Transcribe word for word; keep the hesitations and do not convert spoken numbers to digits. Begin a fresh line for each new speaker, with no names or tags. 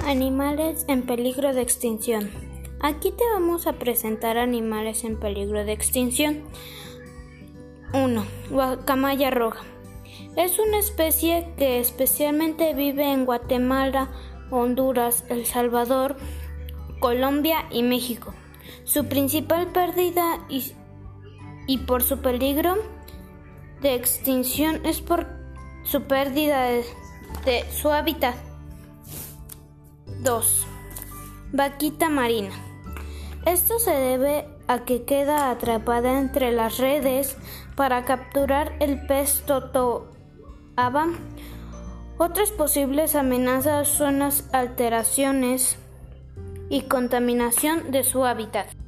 Animales en peligro de extinción. Aquí te vamos a presentar animales en peligro de extinción. uno. Guacamaya roja. Es una especie que especialmente vive en Guatemala, Honduras, El Salvador, Colombia y México. Su principal pérdida y, y por su peligro de extinción es por su pérdida de, de su hábitat. dos. Vaquita marina. Esto se debe a que queda atrapada entre las redes para capturar el pez totoaba. Otras posibles amenazas son las alteraciones y contaminación de su hábitat.